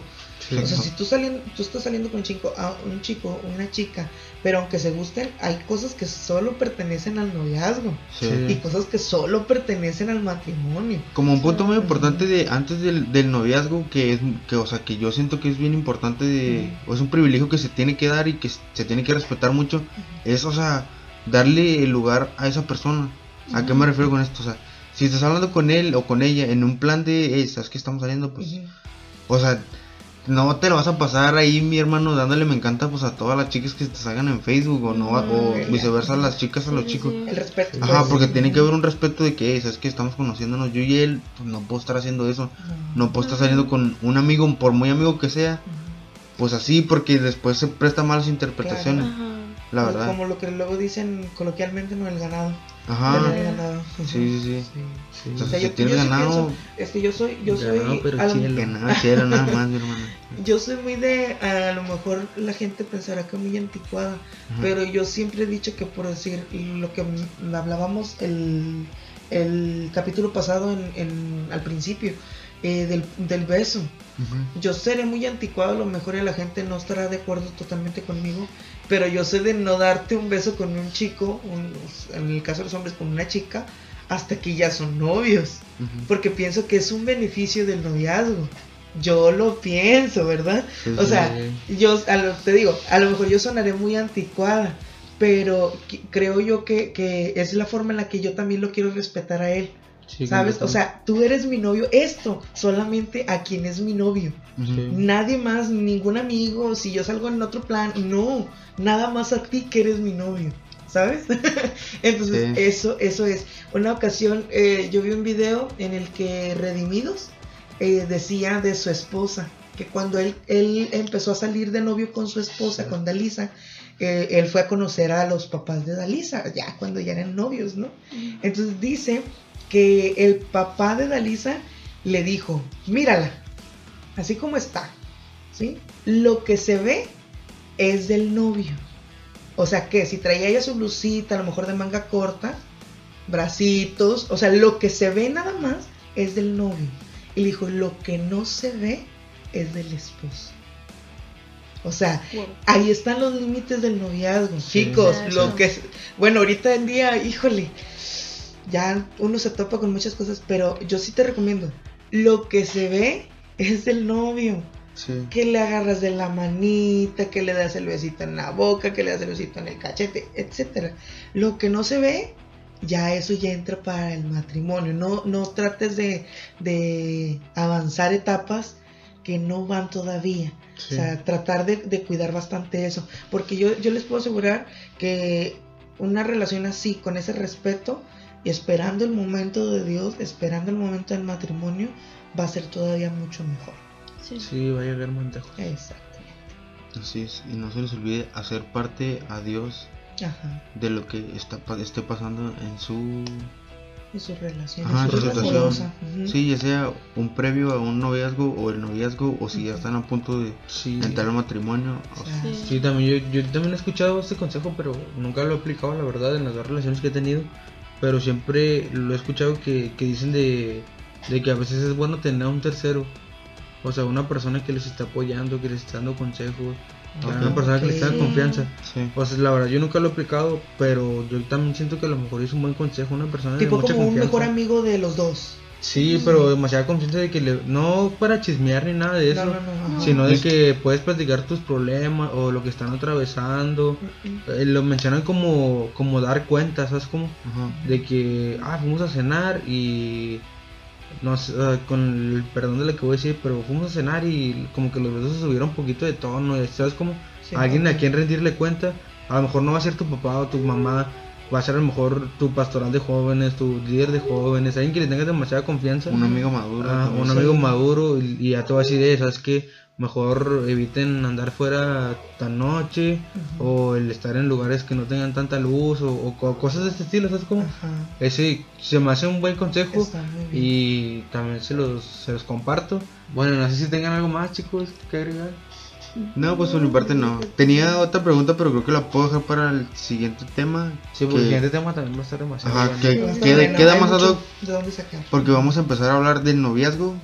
Sí. O sea, si tú saliendo, tú estás saliendo con un chico, a un chico, una chica, pero aunque se gusten, hay cosas que solo pertenecen al noviazgo Sí. y cosas que solo pertenecen al matrimonio. Como un punto muy Ujú. importante de antes del, del noviazgo, que es que o sea que yo siento que es bien importante de, o es un privilegio que se tiene que dar y que se tiene que respetar mucho, es o sea darle el lugar a esa persona. ¿A qué me refiero con esto? O sea, si estás hablando con él o con ella en un plan de, hey, ¿sabes que estamos saliendo? Pues, Ujú. o sea, no te lo vas a pasar ahí, mi hermano, dándole me encanta pues a todas las chicas que te salgan en Facebook o no, o Ujú. viceversa, las chicas a los Sí, chicos. sí. El respeto. Ajá, pues. porque tiene que haber un respeto de que, ¿sabes que estamos conociéndonos? Yo y él, pues no puedo estar haciendo eso. No puedo estar saliendo con un amigo, por muy amigo que sea, pues así, porque después se presta malas interpretaciones, Ajá. la Como- verdad. Como lo que luego dicen coloquialmente, no, el ganado. Ajá, Tener ganado. sí, sí, sí. Sí. O Entonces, sea, si yo, tienes yo sí ganado, pienso, este, yo soy, yo soy, Ganado, pero a lo- cielo. que nada, cielo, nada más, mi hermano. yo soy muy de, a lo mejor la gente pensará que muy anticuada, Ajá. pero yo siempre he dicho que, por decir lo que m- hablábamos el, el capítulo pasado en, en- al principio, eh, del, del beso. Ujú. Yo seré muy anticuado, a lo mejor y la gente no estará de acuerdo totalmente conmigo, pero yo sé de no darte un beso con un chico, un- en el caso de los hombres con una chica, hasta que ya son novios, Ujú. porque pienso que es un beneficio del noviazgo. Yo lo pienso, ¿verdad? Sí, O sí. sea, yo a lo, te digo, a lo mejor yo sonaré muy anticuada, pero qui- creo yo que, que es la forma en la que yo también lo quiero respetar a él. Sí, ¿Sabes? O completamente. sea, tú eres mi novio, esto solamente a quien es mi novio. Ujú. Sí. Nadie más, ningún amigo, si yo salgo en otro plan, no, nada más a ti que eres mi novio, ¿sabes? Entonces, Sí. eso, eso es. Una ocasión eh, yo vi un video en el que Redimidos eh, decía de su esposa, que cuando él, él empezó a salir de novio con su esposa, con Dalisa, eh, él fue a conocer a los papás de Dalisa, ya cuando ya eran novios, ¿no? Entonces dice que el papá de Dalisa le dijo, mírala, así como está, ¿sí? Lo que se ve es del novio. O sea que si traía ella su blusita, a lo mejor de manga corta, bracitos, o sea, lo que se ve nada más es del novio. Y le dijo, lo que no se ve es del esposo. O sea, Wow. ahí están los límites del noviazgo, Sí. chicos. Exacto. Lo que es, bueno, ahorita en día, híjole, ya uno se topa con muchas cosas, pero yo sí te recomiendo, lo que se ve es del novio. Sí. Que le agarras de la manita, que le das el besito en la boca, que le das el besito en el cachete, etcétera. Lo que no se ve, ya eso ya entra para el matrimonio. No, no trates de, de avanzar etapas que no van todavía. Sí. O sea, tratar de, de cuidar bastante eso. Porque yo, yo les puedo asegurar que una relación así, con ese respeto, y esperando el momento de Dios, esperando el momento del matrimonio, va a ser todavía mucho mejor. Sí. Sí, va a llegar muy lejos. Exactamente. Así es, y no se les olvide hacer parte a Dios Ajá. de lo que está pa- esté pasando en su Y su relación. Ajá, y su su situación. esposa. Ujú. Sí, ya sea un previo a un noviazgo o el noviazgo, o si ya están a punto de Sí. entrar al matrimonio. o sea, Sí. Sí, también yo, yo también he escuchado este consejo, pero nunca lo he aplicado, la verdad, en las dos relaciones que he tenido. Pero siempre lo he escuchado que, que dicen de, de que a veces es bueno tener a un tercero. O sea, una persona que les está apoyando, que les está dando consejos. Ah, Una persona que les da ok. confianza. sí. O sea, la verdad, yo nunca lo he aplicado, pero yo también siento que a lo mejor es un buen consejo, una persona Tipo de mucha como un confianza. mejor amigo de los dos. Sí, pero demasiada confianza de que le, no para chismear ni nada de eso, No, no, no. ajá. sino de Es- que puedes platicar tus problemas o lo que están atravesando. Mm, Eh, lo mencionan como, como dar cuenta, ¿sabes? Como Ajá. de que, ah, fuimos a cenar y, no sé, ah, con el perdón de lo que voy a decir, pero fuimos a cenar y como que los besos se subieron un poquito de tono, y, ¿sabes? Como Sí, alguien ok. a quien rendirle cuenta, a lo mejor no va a ser tu papá o tu mamá, va a ser a lo mejor tu pastoral de jóvenes, tu líder de jóvenes, alguien que le tengas demasiada confianza. Un amigo maduro. Ah, también. un sí. amigo maduro y, y ya te va a decir, eh, ¿sabes qué? Mejor eviten andar fuera tan noche Ujú. o el estar en lugares que no tengan tanta luz o, o co- cosas de este estilo, ¿sabes cómo? Ajá. Ese se me hace un buen consejo Está muy bien. y también se los, se los comparto. Bueno, no sé si tengan algo más, chicos, que agregar. No, pues por mi parte no. Tenía otra pregunta, pero creo que la puedo dejar para el siguiente tema. Sí, porque el que- siguiente tema también va a estar demasiado Ajá, bueno. que- Sí, está queda- bueno, queda hay más ad mucho hoc. de dónde sacar. Porque vamos a empezar a hablar del noviazgo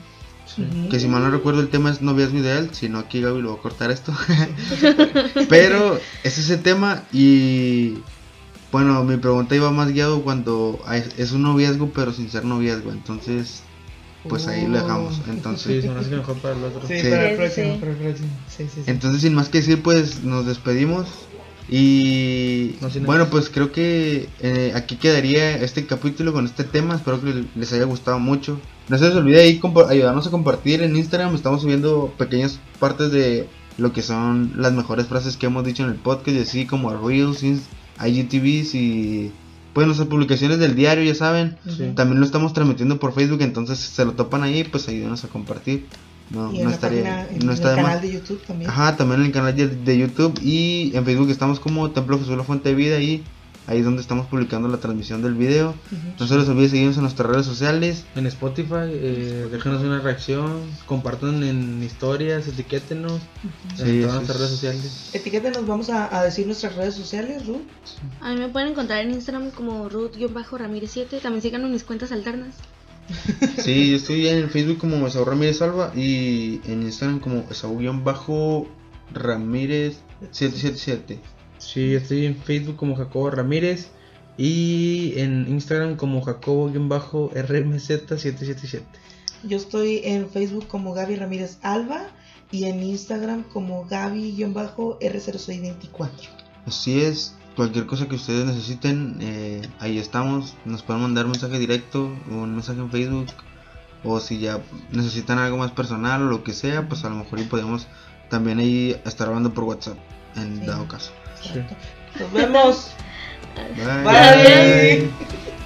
Sí. Que si mal no recuerdo el tema es noviazgo ideal, si no aquí Gaby lo va a cortar esto. Pero es ese tema y bueno, mi pregunta iba más guiado cuando es un noviazgo pero sin ser noviazgo, entonces pues ahí lo dejamos. Entonces, sí, son las que mejor para el otro. Sí, sí. para el próximo, Sí. para el próximo. Sí, sí, sí. Entonces sin más que decir pues nos despedimos. Y no, sin bueno, nada. pues creo que eh, aquí quedaría este capítulo con este tema. Espero que les haya gustado mucho. No se les olvide ahí compa- ayudarnos a compartir en Instagram. Estamos subiendo pequeñas partes de lo que son las mejores frases que hemos dicho en el podcast, y así como a Reels, I G T Vs y pues nuestras publicaciones del diario, ya saben. Sí. También lo estamos transmitiendo por Facebook, entonces si se lo topan ahí, pues ayúdenos a compartir. No, Y en no la estaría, página, en no el está de más. canal de YouTube también. Ajá, también en el canal de, de YouTube y en Facebook estamos como Templo Jesús la Fuente de Vida, y ahí es donde estamos publicando la transmisión del video. Ujú. No se les olvide seguirnos en nuestras redes sociales. En Spotify, eh, déjenos una reacción, compartan en historias, etiquétenos en Sí, todas eso nuestras es. redes sociales. Etiquétenos, vamos a, a decir nuestras redes sociales, Ruth. A mí me pueden encontrar en Instagram como Ruth-Ramírez siete. También síganme en mis cuentas alternas. Sí, yo estoy en Facebook como Esaú Ramírez Alba y en Instagram como Esaú-Ramírez siete siete siete. Sí, estoy en Facebook como Jacobo Ramírez y en Instagram como Jacobo-R M Z siete siete siete. Yo estoy en Facebook como Gaby Ramírez Alba y en Instagram como Gaby-R cero seis veinticuatro. Así es, cualquier cosa que ustedes necesiten, eh, ahí estamos. Nos pueden mandar mensaje directo o un mensaje en Facebook. O si ya necesitan algo más personal o lo que sea, pues a lo mejor y podemos también ahí estar hablando por WhatsApp en Sí. dado caso. Exacto. Nos vemos. Bye. Bye.